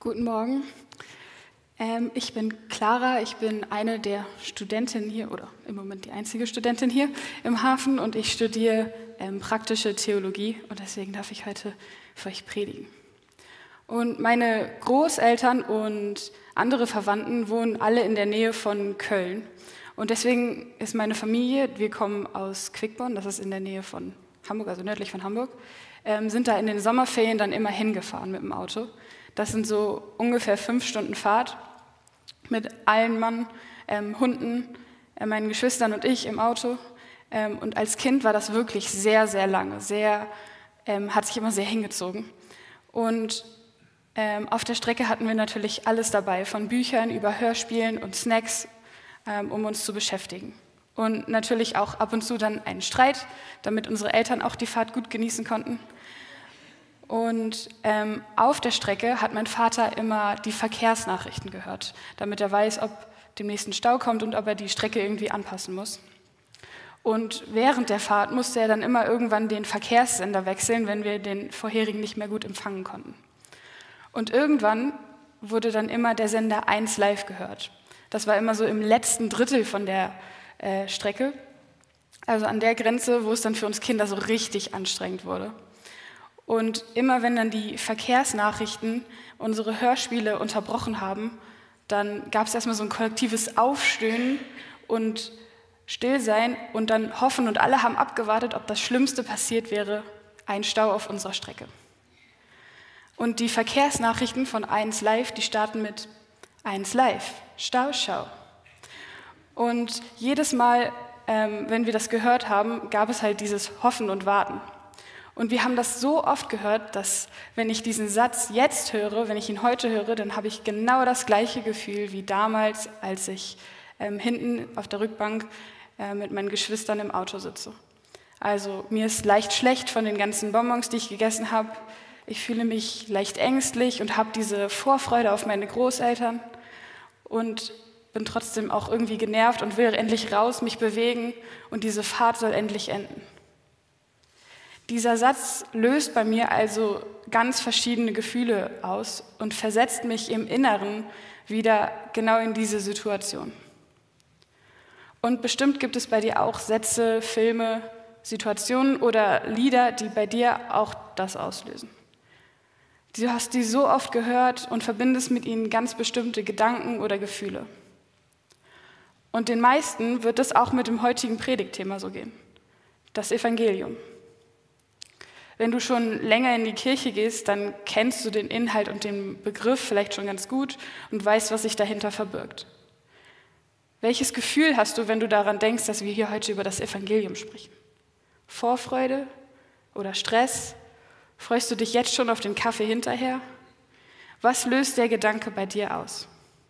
Guten Morgen. Ich bin Clara, ich bin eine der Studentinnen hier oder im Moment die einzige Studentin hier im Hafen und ich studiere praktische Theologie und deswegen darf ich heute für euch predigen. Und meine Großeltern und andere Verwandten wohnen alle in der Nähe von Köln und deswegen ist meine Familie, wir kommen aus Quickborn, das ist in der Nähe von Hamburg, also nördlich von Hamburg, sind da in den Sommerferien dann immer hingefahren mit dem Auto. Das sind so ungefähr 5 Stunden Fahrt mit allen Mann, Hunden, meinen Geschwistern und ich im Auto. Und als Kind war das wirklich sehr, sehr lange, hat sich immer sehr hingezogen. Und auf der Strecke hatten wir natürlich alles dabei, von Büchern über Hörspielen und Snacks, um uns zu beschäftigen. Und natürlich auch ab und zu dann einen Streit, damit unsere Eltern auch die Fahrt gut genießen konnten. Und auf der Strecke hat mein Vater immer die Verkehrsnachrichten gehört, damit er weiß, ob demnächst ein Stau kommt und ob er die Strecke irgendwie anpassen muss. Und während der Fahrt musste er dann immer irgendwann den Verkehrssender wechseln, wenn wir den vorherigen nicht mehr gut empfangen konnten. Und irgendwann wurde dann immer der Sender 1 Live gehört. Das war immer so im letzten Drittel von der Strecke, also an der Grenze, wo es dann für uns Kinder so richtig anstrengend wurde. Und immer wenn dann die Verkehrsnachrichten unsere Hörspiele unterbrochen haben, dann gab es erstmal so ein kollektives Aufstöhnen und Stillsein und dann Hoffen und alle haben abgewartet, ob das Schlimmste passiert wäre, ein Stau auf unserer Strecke. Und die Verkehrsnachrichten von 1 Live, die starten mit 1 Live, Stau, Schau. Und jedes Mal, wenn wir das gehört haben, gab es halt dieses Hoffen und Warten. Und wir haben das so oft gehört, dass wenn ich diesen Satz jetzt höre, wenn ich ihn heute höre, dann habe ich genau das gleiche Gefühl wie damals, als ich hinten auf der Rückbank mit meinen Geschwistern im Auto sitze. Also mir ist leicht schlecht von den ganzen Bonbons, die ich gegessen habe. Ich fühle mich leicht ängstlich und habe diese Vorfreude auf meine Großeltern und bin trotzdem auch irgendwie genervt und will endlich raus, mich bewegen und diese Fahrt soll endlich enden. Dieser Satz löst bei mir also ganz verschiedene Gefühle aus und versetzt mich im Inneren wieder genau in diese Situation. Und bestimmt gibt es bei dir auch Sätze, Filme, Situationen oder Lieder, die bei dir auch das auslösen. Du hast die so oft gehört und verbindest mit ihnen ganz bestimmte Gedanken oder Gefühle. Und den meisten wird es auch mit dem heutigen Predigtthema so gehen, das Evangelium. Wenn du schon länger in die Kirche gehst, dann kennst du den Inhalt und den Begriff vielleicht schon ganz gut und weißt, was sich dahinter verbirgt. Welches Gefühl hast du, wenn du daran denkst, dass wir hier heute über das Evangelium sprechen? Vorfreude oder Stress? Freust du dich jetzt schon auf den Kaffee hinterher? Was löst der Gedanke bei dir aus?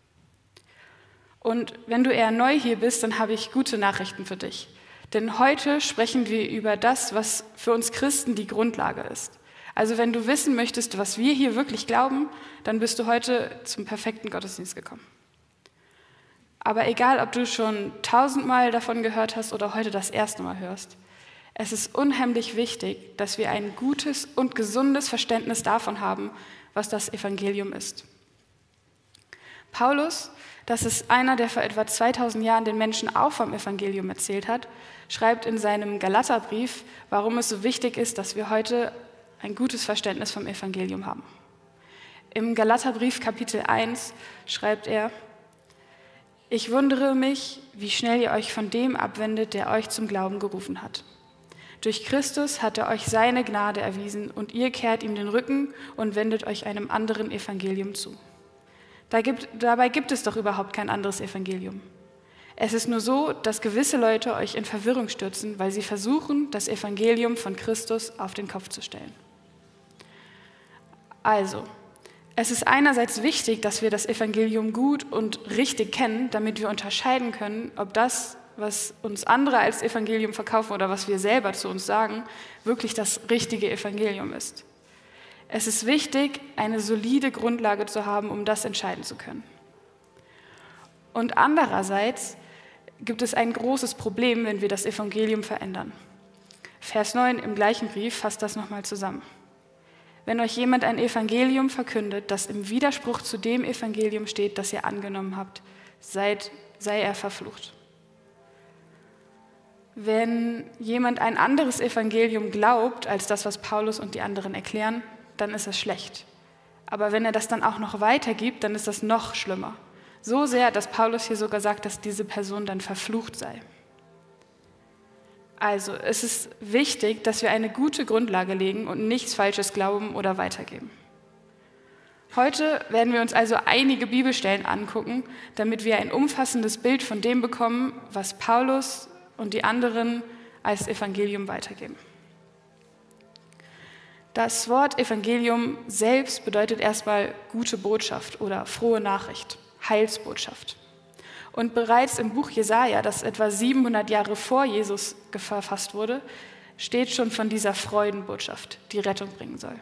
Und wenn du eher neu hier bist, dann habe ich gute Nachrichten für dich. Denn heute sprechen wir über das, was für uns Christen die Grundlage ist. Also wenn du wissen möchtest, was wir hier wirklich glauben, dann bist du heute zum perfekten Gottesdienst gekommen. Aber egal, ob du schon 1000-mal davon gehört hast oder heute das erste Mal hörst, es ist unheimlich wichtig, dass wir ein gutes und gesundes Verständnis davon haben, was das Evangelium ist. Paulus, das ist einer, der vor etwa 2000 Jahren den Menschen auch vom Evangelium erzählt hat, schreibt in seinem Galaterbrief, warum es so wichtig ist, dass wir heute ein gutes Verständnis vom Evangelium haben. Im Galaterbrief Kapitel 1 schreibt er: Ich wundere mich, wie schnell ihr euch von dem abwendet, der euch zum Glauben gerufen hat. Durch Christus hat er euch seine Gnade erwiesen und ihr kehrt ihm den Rücken und wendet euch einem anderen Evangelium zu. Dabei gibt es doch überhaupt kein anderes Evangelium. Es ist nur so, dass gewisse Leute euch in Verwirrung stürzen, weil sie versuchen, das Evangelium von Christus auf den Kopf zu stellen. Also, es ist einerseits wichtig, dass wir das Evangelium gut und richtig kennen, damit wir unterscheiden können, ob das, was uns andere als Evangelium verkaufen oder was wir selber zu uns sagen, wirklich das richtige Evangelium ist. Es ist wichtig, eine solide Grundlage zu haben, um das entscheiden zu können. Und andererseits gibt es ein großes Problem, wenn wir das Evangelium verändern. Vers 9 im gleichen Brief fasst das nochmal zusammen. Wenn euch jemand ein Evangelium verkündet, das im Widerspruch zu dem Evangelium steht, das ihr angenommen habt, sei er verflucht. Wenn jemand ein anderes Evangelium glaubt, als das, was Paulus und die anderen erklären, dann ist das schlecht. Aber wenn er das dann auch noch weitergibt, dann ist das noch schlimmer. So sehr, dass Paulus hier sogar sagt, dass diese Person dann verflucht sei. Also, es ist wichtig, dass wir eine gute Grundlage legen und nichts Falsches glauben oder weitergeben. Heute werden wir uns also einige Bibelstellen angucken, damit wir ein umfassendes Bild von dem bekommen, was Paulus und die anderen als Evangelium weitergeben. Das Wort Evangelium selbst bedeutet erstmal gute Botschaft oder frohe Nachricht, Heilsbotschaft. Und bereits im Buch Jesaja, das etwa 700 Jahre vor Jesus verfasst wurde, steht schon von dieser Freudenbotschaft, die Rettung bringen soll.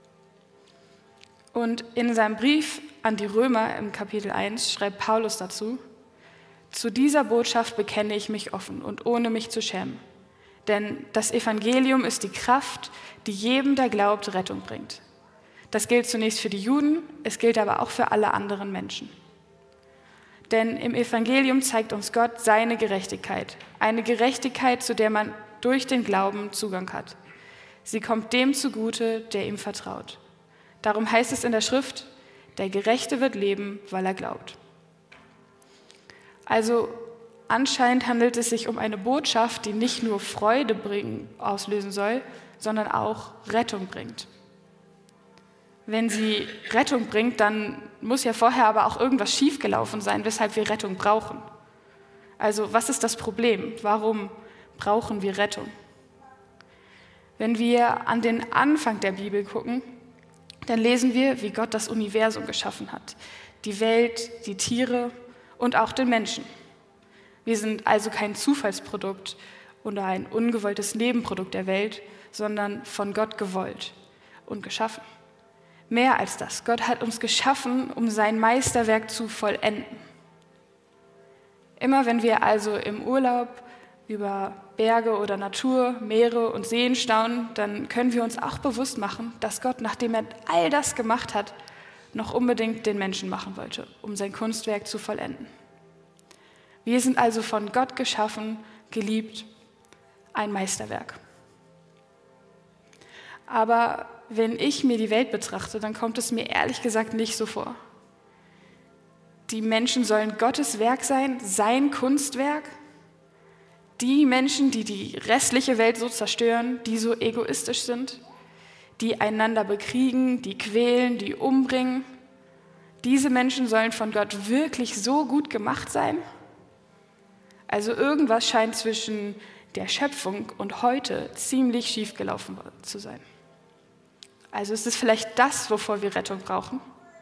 Und in seinem Brief an die Römer im Kapitel 1 schreibt Paulus dazu: Zu dieser Botschaft bekenne ich mich offen und ohne mich zu schämen. Denn das Evangelium ist die Kraft, die jedem, der glaubt, Rettung bringt. Das gilt zunächst für die Juden, es gilt aber auch für alle anderen Menschen. Denn im Evangelium zeigt uns Gott seine Gerechtigkeit. Eine Gerechtigkeit, zu der man durch den Glauben Zugang hat. Sie kommt dem zugute, der ihm vertraut. Darum heißt es in der Schrift: Der Gerechte wird leben, weil er glaubt. Also anscheinend handelt es sich um eine Botschaft, die nicht nur Freude auslösen soll, sondern auch Rettung bringt. Wenn sie Rettung bringt, dann muss ja vorher aber auch irgendwas schiefgelaufen sein, weshalb wir Rettung brauchen. Also was ist das Problem? Warum brauchen wir Rettung? Wenn wir an den Anfang der Bibel gucken, dann lesen wir, wie Gott das Universum geschaffen hat. Die Welt, die Tiere und auch den Menschen. Wir sind also kein Zufallsprodukt oder ein ungewolltes Nebenprodukt der Welt, sondern von Gott gewollt und geschaffen. Mehr als das, Gott hat uns geschaffen, um sein Meisterwerk zu vollenden. Immer wenn wir also im Urlaub über Berge oder Natur, Meere und Seen staunen, dann können wir uns auch bewusst machen, dass Gott, nachdem er all das gemacht hat, noch unbedingt den Menschen machen wollte, um sein Kunstwerk zu vollenden. Wir sind also von Gott geschaffen, geliebt, ein Meisterwerk. Aber wenn ich mir die Welt betrachte, dann kommt es mir ehrlich gesagt nicht so vor. Die Menschen sollen Gottes Werk sein, sein Kunstwerk. Die Menschen, die die restliche Welt so zerstören, die so egoistisch sind, die einander bekriegen, die quälen, die umbringen. Diese Menschen sollen von Gott wirklich so gut gemacht sein? Also irgendwas scheint zwischen der Schöpfung und heute ziemlich schief gelaufen zu sein. Also ist es vielleicht das, wovor wir Rettung brauchen?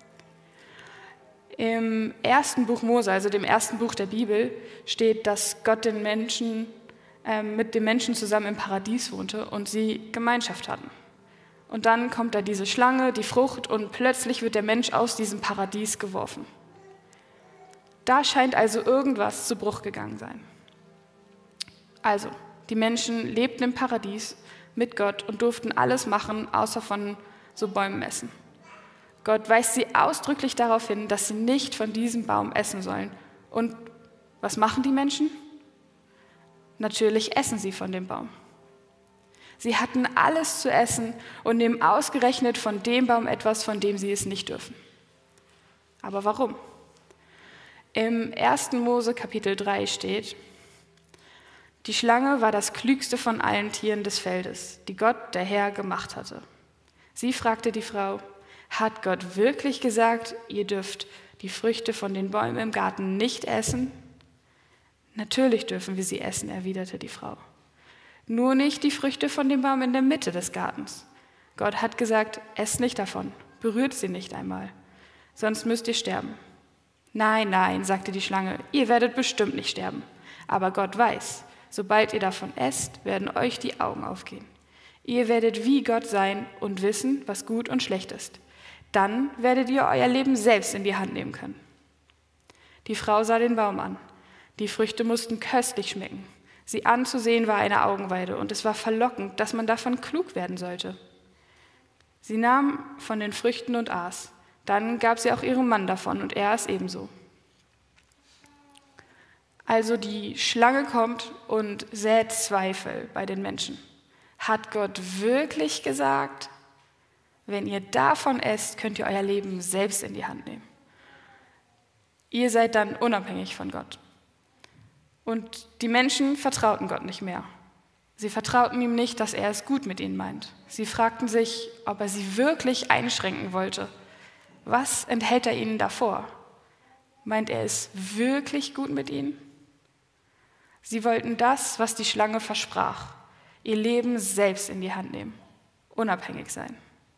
Im ersten Buch Mose, also dem ersten Buch der Bibel, steht, dass Gott mit den Menschen zusammen im Paradies wohnte und sie Gemeinschaft hatten. Und dann kommt da diese Schlange, die Frucht, und plötzlich wird der Mensch aus diesem Paradies geworfen. Da scheint also irgendwas zu Bruch gegangen sein. Also, die Menschen lebten im Paradies mit Gott und durften alles machen, außer von so Bäumen essen. Gott weist sie ausdrücklich darauf hin, dass sie nicht von diesem Baum essen sollen. Und was machen die Menschen? Natürlich essen sie von dem Baum. Sie hatten alles zu essen und nehmen ausgerechnet von dem Baum etwas, von dem sie es nicht dürfen. Aber warum? Im 1. Mose Kapitel 3 steht: Die Schlange war das klügste von allen Tieren des Feldes, die Gott, der Herr, gemacht hatte. Sie fragte die Frau: Hat Gott wirklich gesagt, ihr dürft die Früchte von den Bäumen im Garten nicht essen? Natürlich dürfen wir sie essen, erwiderte die Frau. Nur nicht die Früchte von dem Baum in der Mitte des Gartens. Gott hat gesagt, esst nicht davon, berührt sie nicht einmal, sonst müsst ihr sterben. Nein, nein, sagte die Schlange, ihr werdet bestimmt nicht sterben. Aber Gott weiß, sobald ihr davon esst, werden euch die Augen aufgehen. Ihr werdet wie Gott sein und wissen, was gut und schlecht ist. Dann werdet ihr euer Leben selbst in die Hand nehmen können. Die Frau sah den Baum an. Die Früchte mussten köstlich schmecken. Sie anzusehen war eine Augenweide und es war verlockend, dass man davon klug werden sollte. Sie nahm von den Früchten und aß. Dann gab sie auch ihrem Mann davon und er aß ebenso. Also die Schlange kommt und sät Zweifel bei den Menschen. Hat Gott wirklich gesagt, wenn ihr davon esst, könnt ihr euer Leben selbst in die Hand nehmen? Ihr seid dann unabhängig von Gott. Und die Menschen vertrauten Gott nicht mehr. Sie vertrauten ihm nicht, dass er es gut mit ihnen meint. Sie fragten sich, ob er sie wirklich einschränken wollte. Was enthält er ihnen davor? Meint er es wirklich gut mit ihnen? Sie wollten das, was die Schlange versprach, ihr Leben selbst in die Hand nehmen, unabhängig sein.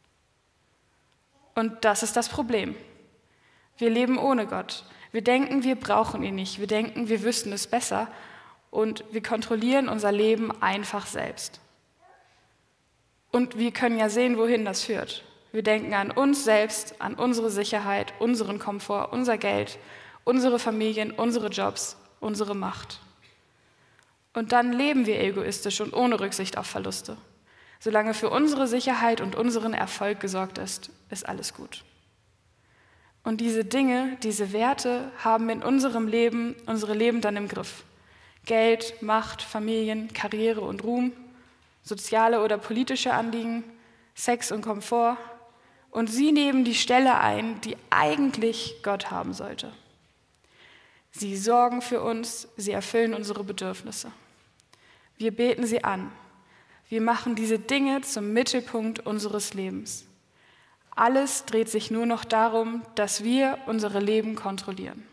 Und das ist das Problem. Wir leben ohne Gott. Wir denken, wir brauchen ihn nicht. Wir denken, wir wüssten es besser. Und wir kontrollieren unser Leben einfach selbst. Und wir können ja sehen, wohin das führt. Wir denken an uns selbst, an unsere Sicherheit, unseren Komfort, unser Geld, unsere Familien, unsere Jobs, unsere Macht. Und dann leben wir egoistisch und ohne Rücksicht auf Verluste. Solange für unsere Sicherheit und unseren Erfolg gesorgt ist, ist alles gut. Und diese Dinge, diese Werte haben in unserem Leben unsere Leben dann im Griff. Geld, Macht, Familien, Karriere und Ruhm, soziale oder politische Anliegen, Sex und Komfort. Und sie nehmen die Stelle ein, die eigentlich Gott haben sollte. Sie sorgen für uns, sie erfüllen unsere Bedürfnisse. Wir beten sie an. Wir machen diese Dinge zum Mittelpunkt unseres Lebens. Alles dreht sich nur noch darum, dass wir unsere Leben kontrollieren.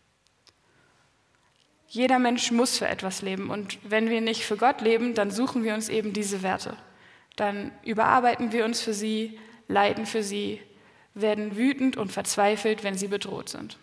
Jeder Mensch muss für etwas leben und wenn wir nicht für Gott leben, dann suchen wir uns eben diese Werte. Dann überarbeiten wir uns für sie, leiden für sie, werden wütend und verzweifelt, wenn sie bedroht sind.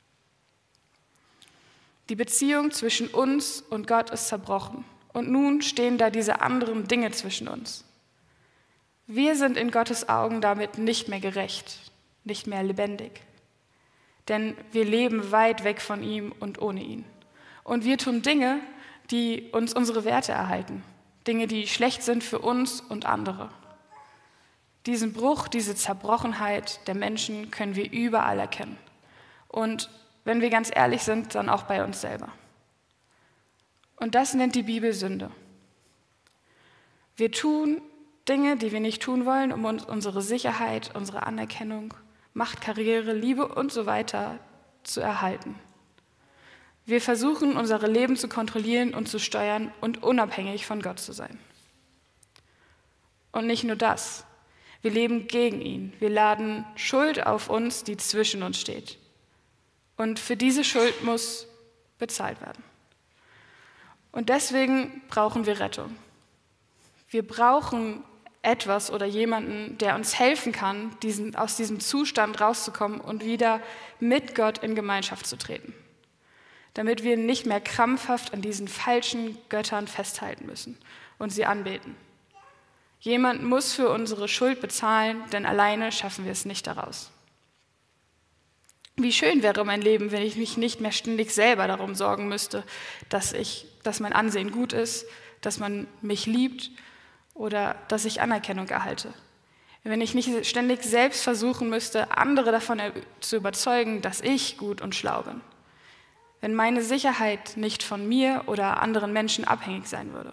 Die Beziehung zwischen uns und Gott ist zerbrochen und nun stehen da diese anderen Dinge zwischen uns. Wir sind in Gottes Augen damit nicht mehr gerecht, nicht mehr lebendig. Denn wir leben weit weg von ihm und ohne ihn. Und wir tun Dinge, die uns unsere Werte erhalten. Dinge, die schlecht sind für uns und andere. Diesen Bruch, diese Zerbrochenheit der Menschen können wir überall erkennen. Und wenn wir ganz ehrlich sind, dann auch bei uns selber. Und das nennt die Bibel Sünde. Wir tun Dinge, die wir nicht tun wollen, um uns unsere Sicherheit, unsere Anerkennung, Macht, Karriere, Liebe und so weiter zu erhalten. Wir versuchen, unser Leben zu kontrollieren und zu steuern und unabhängig von Gott zu sein. Und nicht nur das. Wir leben gegen ihn. Wir laden Schuld auf uns, die zwischen uns steht. Und für diese Schuld muss bezahlt werden. Und deswegen brauchen wir Rettung. Wir brauchen etwas oder jemanden, der uns helfen kann, aus diesem Zustand rauszukommen und wieder mit Gott in Gemeinschaft zu treten. Damit wir nicht mehr krampfhaft an diesen falschen Göttern festhalten müssen und sie anbeten. Jemand muss für unsere Schuld bezahlen, denn alleine schaffen wir es nicht daraus. Wie schön wäre mein Leben, wenn ich mich nicht mehr ständig selber darum sorgen müsste, dass mein Ansehen gut ist, dass man mich liebt oder dass ich Anerkennung erhalte. Wenn ich nicht ständig selbst versuchen müsste, andere davon zu überzeugen, dass ich gut und schlau bin. Wenn meine Sicherheit nicht von mir oder anderen Menschen abhängig sein würde.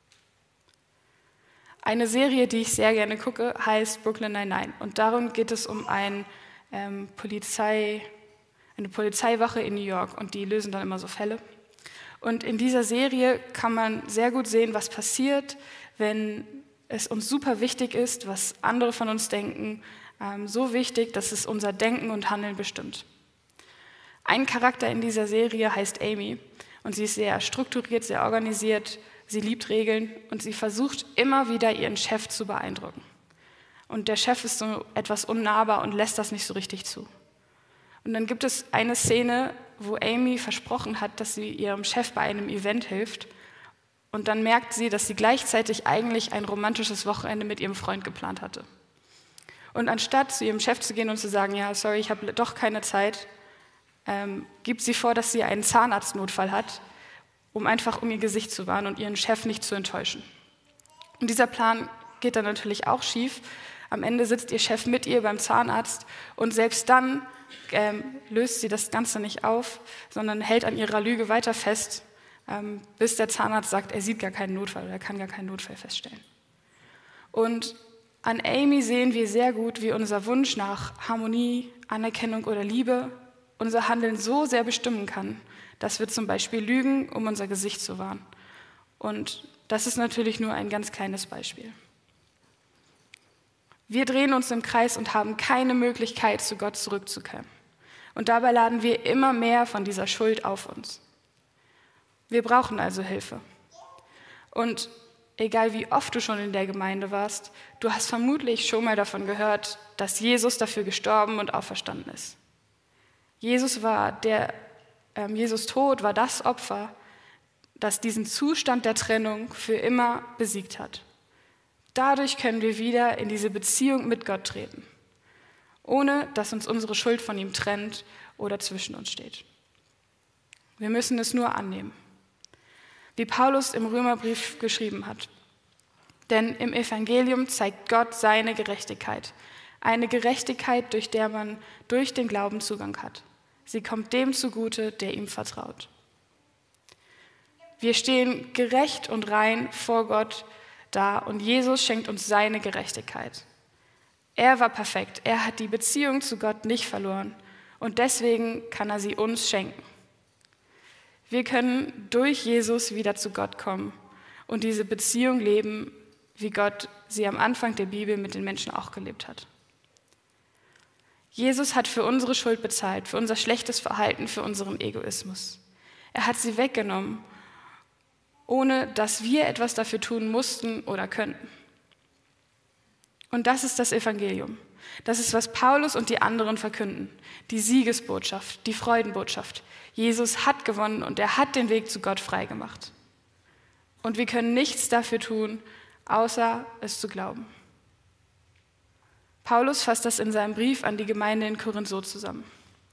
Eine Serie, die ich sehr gerne gucke, heißt Brooklyn Nine-Nine. Und darum geht es um eine Polizeiwache in New York. Und die lösen dann immer so Fälle. Und in dieser Serie kann man sehr gut sehen, was passiert, wenn es uns super wichtig ist, was andere von uns denken. So wichtig, dass es unser Denken und Handeln bestimmt. Ein Charakter in dieser Serie heißt Amy. Und sie ist sehr strukturiert, sehr organisiert. Sie liebt Regeln und sie versucht immer wieder, ihren Chef zu beeindrucken. Und der Chef ist so etwas unnahbar und lässt das nicht so richtig zu. Und dann gibt es eine Szene, wo Amy versprochen hat, dass sie ihrem Chef bei einem Event hilft. Und dann merkt sie, dass sie gleichzeitig eigentlich ein romantisches Wochenende mit ihrem Freund geplant hatte. Und anstatt zu ihrem Chef zu gehen und zu sagen, ja, sorry, ich habe doch keine Zeit, gibt sie vor, dass sie einen Zahnarztnotfall hat, um ihr Gesicht zu wahren und ihren Chef nicht zu enttäuschen. Und dieser Plan geht dann natürlich auch schief, Am Ende sitzt ihr Chef mit ihr beim Zahnarzt und selbst dann löst sie das Ganze nicht auf, sondern hält an ihrer Lüge weiter fest, bis der Zahnarzt sagt, er sieht gar keinen Notfall oder er kann gar keinen Notfall feststellen. Und an Amy sehen wir sehr gut, wie unser Wunsch nach Harmonie, Anerkennung oder Liebe unser Handeln so sehr bestimmen kann, dass wir zum Beispiel lügen, um unser Gesicht zu wahren. Und das ist natürlich nur ein ganz kleines Beispiel. Wir drehen uns im Kreis und haben keine Möglichkeit, zu Gott zurückzukehren. Und dabei laden wir immer mehr von dieser Schuld auf uns. Wir brauchen also Hilfe. Und egal wie oft du schon in der Gemeinde warst, du hast vermutlich schon mal davon gehört, dass Jesus dafür gestorben und auferstanden ist. Jesus Tod war das Opfer, das diesen Zustand der Trennung für immer besiegt hat. Dadurch können wir wieder in diese Beziehung mit Gott treten, ohne dass uns unsere Schuld von ihm trennt oder zwischen uns steht. Wir müssen es nur annehmen, wie Paulus im Römerbrief geschrieben hat. Denn im Evangelium zeigt Gott seine Gerechtigkeit, eine Gerechtigkeit, durch der man durch den Glauben Zugang hat. Sie kommt dem zugute, der ihm vertraut. Wir stehen gerecht und rein vor Gott da und Jesus schenkt uns seine Gerechtigkeit. Er war perfekt, er hat die Beziehung zu Gott nicht verloren und deswegen kann er sie uns schenken. Wir können durch Jesus wieder zu Gott kommen und diese Beziehung leben, wie Gott sie am Anfang der Bibel mit den Menschen auch gelebt hat. Jesus hat für unsere Schuld bezahlt, für unser schlechtes Verhalten, für unseren Egoismus. Er hat sie weggenommen, ohne dass wir etwas dafür tun mussten oder könnten. Und das ist das Evangelium. Das ist, was Paulus und die anderen verkünden. Die Siegesbotschaft, die Freudenbotschaft. Jesus hat gewonnen und er hat den Weg zu Gott freigemacht. Und wir können nichts dafür tun, außer es zu glauben. Paulus fasst das in seinem Brief an die Gemeinde in Korinth so zusammen.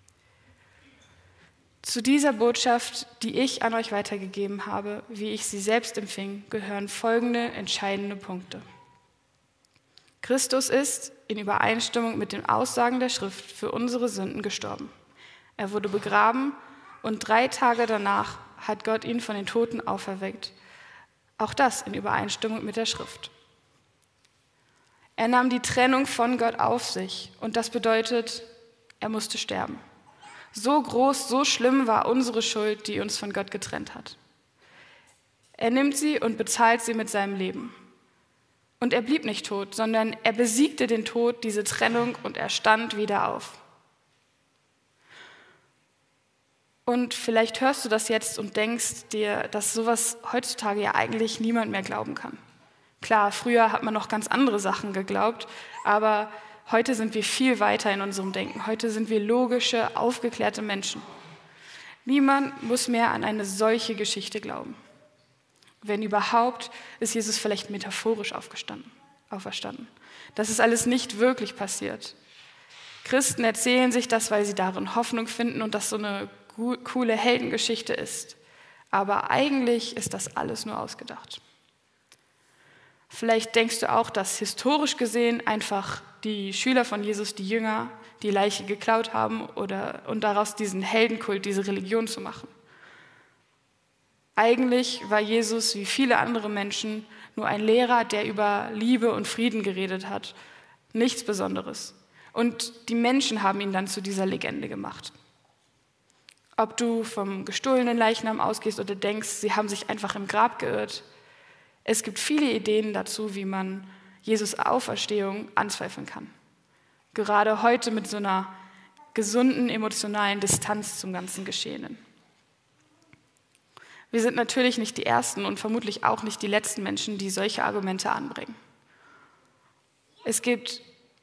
Zu dieser Botschaft, die ich an euch weitergegeben habe, wie ich sie selbst empfing, gehören folgende entscheidende Punkte. Christus ist in Übereinstimmung mit den Aussagen der Schrift für unsere Sünden gestorben. Er wurde begraben und 3 Tage danach hat Gott ihn von den Toten auferweckt. Auch das in Übereinstimmung mit der Schrift. Er nahm die Trennung von Gott auf sich und das bedeutet, er musste sterben. So groß, so schlimm war unsere Schuld, die uns von Gott getrennt hat. Er nimmt sie und bezahlt sie mit seinem Leben. Und er blieb nicht tot, sondern er besiegte den Tod, diese Trennung, und er stand wieder auf. Und vielleicht hörst du das jetzt und denkst dir, dass sowas heutzutage ja eigentlich niemand mehr glauben kann. Klar, früher hat man noch ganz andere Sachen geglaubt, aber heute sind wir viel weiter in unserem Denken. Heute sind wir logische, aufgeklärte Menschen. Niemand muss mehr an eine solche Geschichte glauben. Wenn überhaupt, ist Jesus vielleicht metaphorisch auferstanden. Das ist alles nicht wirklich passiert. Christen erzählen sich das, weil sie darin Hoffnung finden und das so eine coole Heldengeschichte ist. Aber eigentlich ist das alles nur ausgedacht. Vielleicht denkst du auch, dass historisch gesehen einfach die Schüler von Jesus, die Jünger, die Leiche geklaut haben und daraus diesen Heldenkult, diese Religion zu machen. Eigentlich war Jesus, wie viele andere Menschen, nur ein Lehrer, der über Liebe und Frieden geredet hat. Nichts Besonderes. Und die Menschen haben ihn dann zu dieser Legende gemacht. Ob du vom gestohlenen Leichnam ausgehst oder denkst, sie haben sich einfach im Grab geirrt. Es gibt viele Ideen dazu, wie man Jesus' Auferstehung anzweifeln kann. Gerade heute mit so einer gesunden emotionalen Distanz zum ganzen Geschehenen. Wir sind natürlich nicht die Ersten und vermutlich auch nicht die letzten Menschen, die solche Argumente anbringen. Es gibt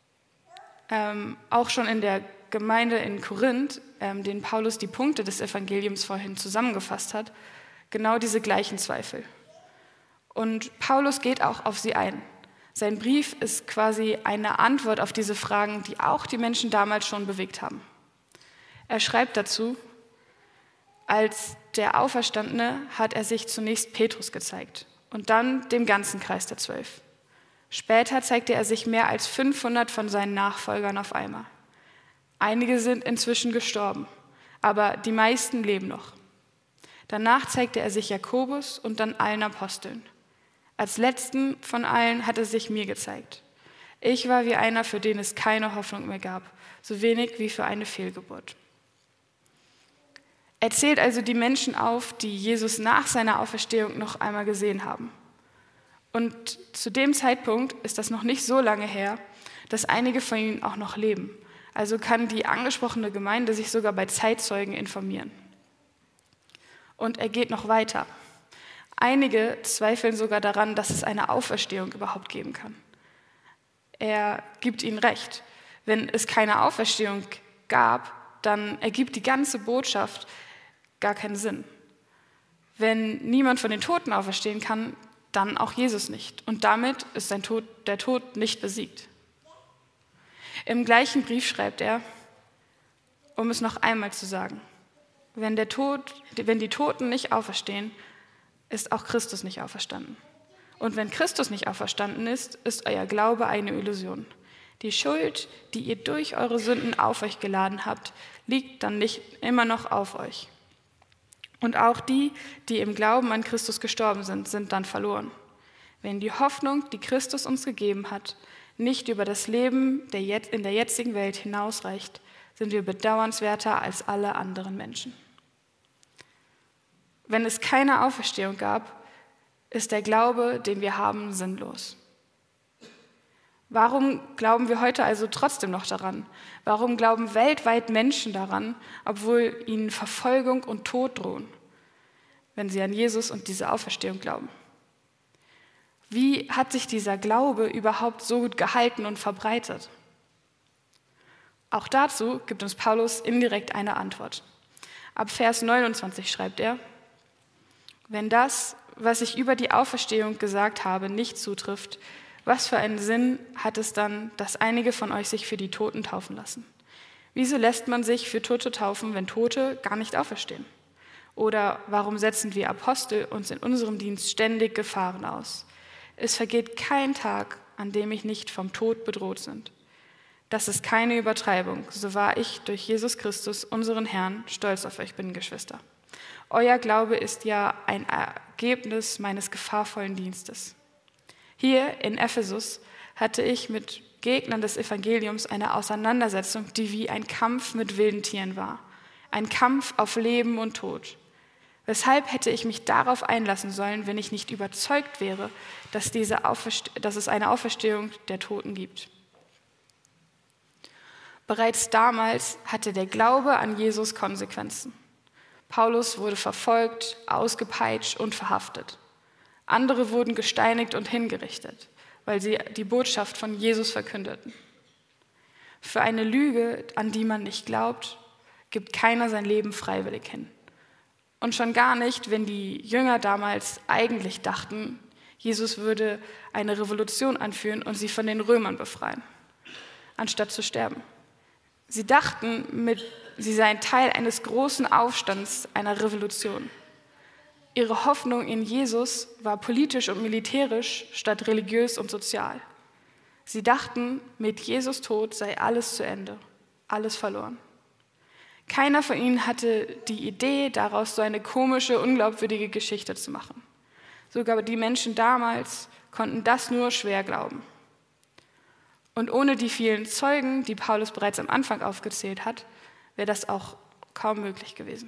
auch schon in der Gemeinde in Korinth, den Paulus die Punkte des Evangeliums vorhin zusammengefasst hat, genau diese gleichen Zweifel. Und Paulus geht auch auf sie ein. Sein Brief ist quasi eine Antwort auf diese Fragen, die auch die Menschen damals schon bewegt haben. Er schreibt dazu: Als der Auferstandene hat er sich zunächst Petrus gezeigt und dann dem ganzen Kreis der 12. Später zeigte er sich mehr als 500 von seinen Nachfolgern auf einmal. Einige sind inzwischen gestorben, aber die meisten leben noch. Danach zeigte er sich Jakobus und dann allen Aposteln. Als letzten von allen hat er sich mir gezeigt. Ich war wie einer, für den es keine Hoffnung mehr gab, so wenig wie für eine Fehlgeburt. Er zählt also die Menschen auf, die Jesus nach seiner Auferstehung noch einmal gesehen haben. Und zu dem Zeitpunkt ist das noch nicht so lange her, dass einige von ihnen auch noch leben. Also kann die angesprochene Gemeinde sich sogar bei Zeitzeugen informieren. Und er geht noch weiter. Einige zweifeln sogar daran, dass es eine Auferstehung überhaupt geben kann. Er gibt ihnen recht. Wenn es keine Auferstehung gab, dann ergibt die ganze Botschaft gar keinen Sinn. Wenn niemand von den Toten auferstehen kann, dann auch Jesus nicht. Und damit ist der Tod nicht besiegt. Im gleichen Brief schreibt er, um es noch einmal zu sagen, wenn die Toten nicht auferstehen, ist auch Christus nicht auferstanden. Und wenn Christus nicht auferstanden ist, ist euer Glaube eine Illusion. Die Schuld, die ihr durch eure Sünden auf euch geladen habt, liegt dann nicht immer noch auf euch. Und auch die, die im Glauben an Christus gestorben sind, sind dann verloren. Wenn die Hoffnung, die Christus uns gegeben hat, nicht über das Leben in der jetzigen Welt hinausreicht, sind wir bedauernswerter als alle anderen Menschen. Wenn es keine Auferstehung gab, ist der Glaube, den wir haben, sinnlos. Warum glauben wir heute also trotzdem noch daran? Warum glauben weltweit Menschen daran, obwohl ihnen Verfolgung und Tod drohen, wenn sie an Jesus und diese Auferstehung glauben? Wie hat sich dieser Glaube überhaupt so gut gehalten und verbreitet? Auch dazu gibt uns Paulus indirekt eine Antwort. Ab Vers 29 schreibt er, wenn das, was ich über die Auferstehung gesagt habe, nicht zutrifft, was für einen Sinn hat es dann, dass einige von euch sich für die Toten taufen lassen? Wieso lässt man sich für Tote taufen, wenn Tote gar nicht auferstehen? Oder warum setzen wir Apostel uns in unserem Dienst ständig Gefahren aus? Es vergeht kein Tag, an dem ich nicht vom Tod bedroht bin. Das ist keine Übertreibung, so wahr ich durch Jesus Christus, unseren Herrn, stolz auf euch bin, Geschwister. Euer Glaube ist ja ein Ergebnis meines gefahrvollen Dienstes. Hier in Ephesus hatte ich mit Gegnern des Evangeliums eine Auseinandersetzung, die wie ein Kampf mit wilden Tieren war. Ein Kampf auf Leben und Tod. Weshalb hätte ich mich darauf einlassen sollen, wenn ich nicht überzeugt wäre, dass es eine Auferstehung der Toten gibt? Bereits damals hatte der Glaube an Jesus Konsequenzen. Paulus wurde verfolgt, ausgepeitscht und verhaftet. Andere wurden gesteinigt und hingerichtet, weil sie die Botschaft von Jesus verkündeten. Für eine Lüge, an die man nicht glaubt, gibt keiner sein Leben freiwillig hin. Und schon gar nicht, wenn die Jünger damals eigentlich dachten, Jesus würde eine Revolution anführen und sie von den Römern befreien, anstatt zu sterben. Sie dachten, sie seien Teil eines großen Aufstands, einer Revolution. Ihre Hoffnung in Jesus war politisch und militärisch statt religiös und sozial. Sie dachten, mit Jesus Tod sei alles zu Ende, alles verloren. Keiner von ihnen hatte die Idee, daraus so eine komische, unglaubwürdige Geschichte zu machen. Sogar die Menschen damals konnten das nur schwer glauben. Und ohne die vielen Zeugen, die Paulus bereits am Anfang aufgezählt hat, wäre das auch kaum möglich gewesen.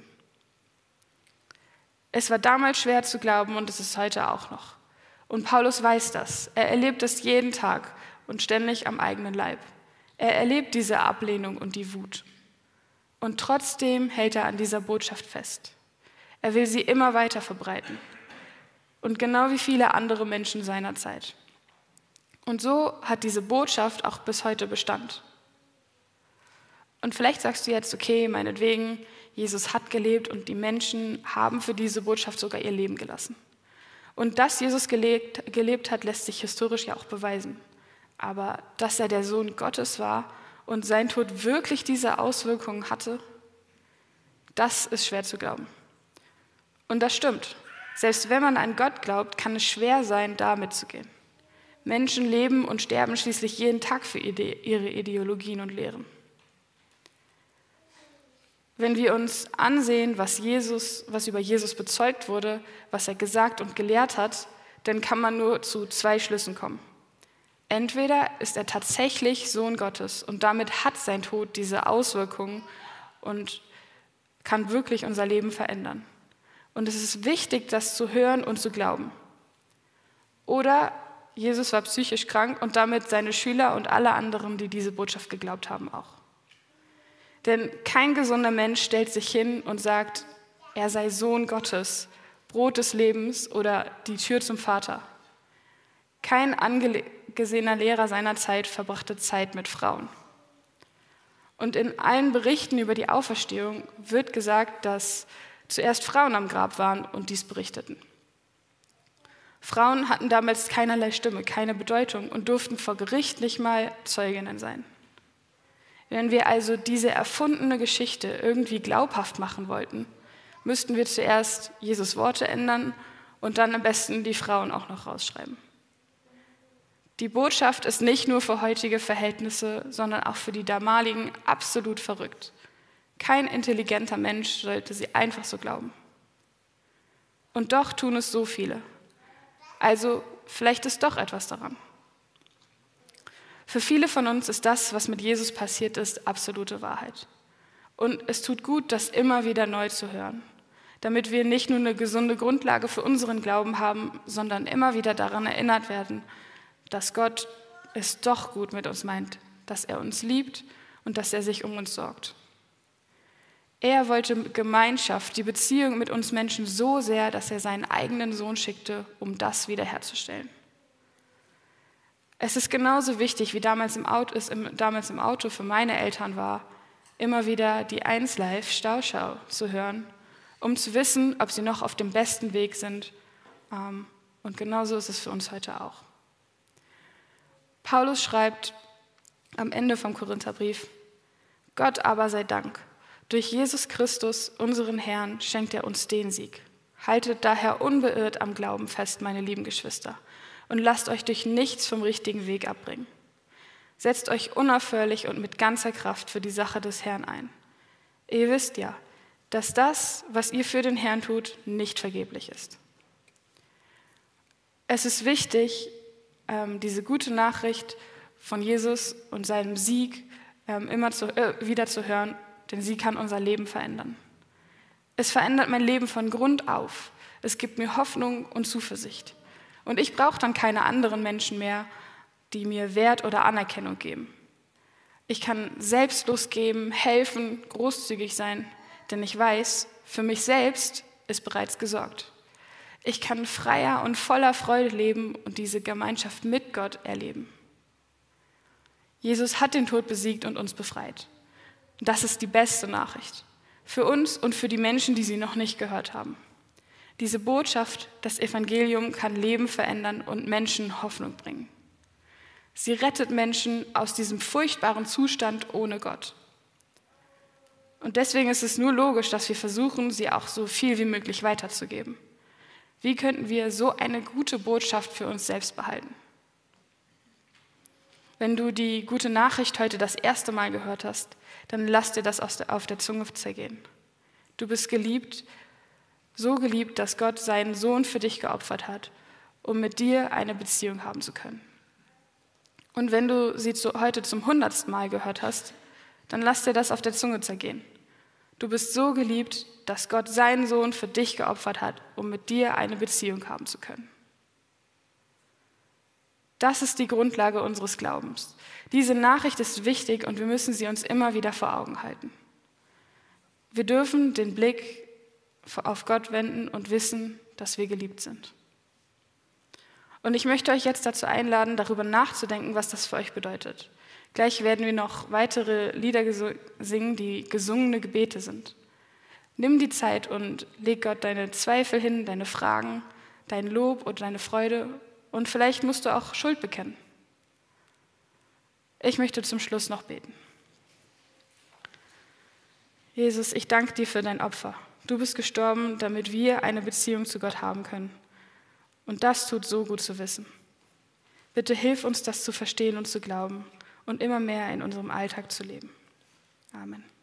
Es war damals schwer zu glauben und es ist heute auch noch. Und Paulus weiß das. Er erlebt es jeden Tag und ständig am eigenen Leib. Er erlebt diese Ablehnung und die Wut. Und trotzdem hält er an dieser Botschaft fest. Er will sie immer weiter verbreiten. Und genau wie viele andere Menschen seiner Zeit. Und so hat diese Botschaft auch bis heute Bestand. Und vielleicht sagst du jetzt, okay, meinetwegen, Jesus hat gelebt und die Menschen haben für diese Botschaft sogar ihr Leben gelassen. Und dass Jesus gelebt hat, lässt sich historisch ja auch beweisen. Aber dass er der Sohn Gottes war und sein Tod wirklich diese Auswirkungen hatte, das ist schwer zu glauben. Und das stimmt. Selbst wenn man an Gott glaubt, kann es schwer sein, da mitzugehen. Menschen leben und sterben schließlich jeden Tag für ihre Ideologien und Lehren. Wenn wir uns ansehen, was über Jesus bezeugt wurde, was er gesagt und gelehrt hat, dann kann man nur zu 2 Schlüssen kommen. Entweder ist er tatsächlich Sohn Gottes und damit hat sein Tod diese Auswirkungen und kann wirklich unser Leben verändern. Und es ist wichtig, das zu hören und zu glauben. Oder Jesus war psychisch krank und damit seine Schüler und alle anderen, die diese Botschaft geglaubt haben, auch. Denn kein gesunder Mensch stellt sich hin und sagt, er sei Sohn Gottes, Brot des Lebens oder die Tür zum Vater. Kein angesehener Lehrer seiner Zeit verbrachte Zeit mit Frauen. Und in allen Berichten über die Auferstehung wird gesagt, dass zuerst Frauen am Grab waren und dies berichteten. Frauen hatten damals keinerlei Stimme, keine Bedeutung und durften vor Gericht nicht mal Zeuginnen sein. Wenn wir also diese erfundene Geschichte irgendwie glaubhaft machen wollten, müssten wir zuerst Jesus' Worte ändern und dann am besten die Frauen auch noch rausschreiben. Die Botschaft ist nicht nur für heutige Verhältnisse, sondern auch für die damaligen absolut verrückt. Kein intelligenter Mensch sollte sie einfach so glauben. Und doch tun es so viele. Also vielleicht ist doch etwas daran. Für viele von uns ist das, was mit Jesus passiert ist, absolute Wahrheit. Und es tut gut, das immer wieder neu zu hören, damit wir nicht nur eine gesunde Grundlage für unseren Glauben haben, sondern immer wieder daran erinnert werden, dass Gott es doch gut mit uns meint, dass er uns liebt und dass er sich um uns sorgt. Er wollte Gemeinschaft, die Beziehung mit uns Menschen so sehr, dass er seinen eigenen Sohn schickte, um das wiederherzustellen. Es ist genauso wichtig, wie damals im Auto für meine Eltern war, immer wieder die 1Live Stauschau zu hören, um zu wissen, ob sie noch auf dem besten Weg sind. Und genauso ist es für uns heute auch. Paulus schreibt am Ende vom Korintherbrief: Gott aber sei Dank, durch Jesus Christus, unseren Herrn, schenkt er uns den Sieg. Haltet daher unbeirrt am Glauben fest, meine lieben Geschwister, und lasst euch durch nichts vom richtigen Weg abbringen. Setzt euch unaufhörlich und mit ganzer Kraft für die Sache des Herrn ein. Ihr wisst ja, dass das, was ihr für den Herrn tut, nicht vergeblich ist. Es ist wichtig, diese gute Nachricht von Jesus und seinem Sieg immer wieder zu hören, denn sie kann unser Leben verändern. Es verändert mein Leben von Grund auf. Es gibt mir Hoffnung und Zuversicht. Und ich brauche dann keine anderen Menschen mehr, die mir Wert oder Anerkennung geben. Ich kann selbstlos geben, helfen, großzügig sein, denn ich weiß, für mich selbst ist bereits gesorgt. Ich kann freier und voller Freude leben und diese Gemeinschaft mit Gott erleben. Jesus hat den Tod besiegt und uns befreit. Und das ist die beste Nachricht. Für uns und für die Menschen, die sie noch nicht gehört haben. Diese Botschaft, das Evangelium, kann Leben verändern und Menschen Hoffnung bringen. Sie rettet Menschen aus diesem furchtbaren Zustand ohne Gott. Und deswegen ist es nur logisch, dass wir versuchen, sie auch so viel wie möglich weiterzugeben. Wie könnten wir so eine gute Botschaft für uns selbst behalten? Wenn du die gute Nachricht heute das erste Mal gehört hast, dann lass dir das auf der Zunge zergehen. Du bist geliebt, so geliebt, dass Gott seinen Sohn für dich geopfert hat, um mit dir eine Beziehung haben zu können. Und wenn du sie heute zum 100. Mal gehört hast, dann lass dir das auf der Zunge zergehen. Du bist so geliebt, dass Gott seinen Sohn für dich geopfert hat, um mit dir eine Beziehung haben zu können. Das ist die Grundlage unseres Glaubens. Diese Nachricht ist wichtig und wir müssen sie uns immer wieder vor Augen halten. Wir dürfen den Blick auf Gott wenden und wissen, dass wir geliebt sind. Und ich möchte euch jetzt dazu einladen, darüber nachzudenken, was das für euch bedeutet. Gleich werden wir noch weitere Lieder singen, die gesungene Gebete sind. Nimm die Zeit und leg Gott deine Zweifel hin, deine Fragen, dein Lob oder deine Freude und vielleicht musst du auch Schuld bekennen. Ich möchte zum Schluss noch beten. Jesus, ich danke dir für dein Opfer. Du bist gestorben, damit wir eine Beziehung zu Gott haben können. Und das tut so gut zu wissen. Bitte hilf uns, das zu verstehen und zu glauben und immer mehr in unserem Alltag zu leben. Amen.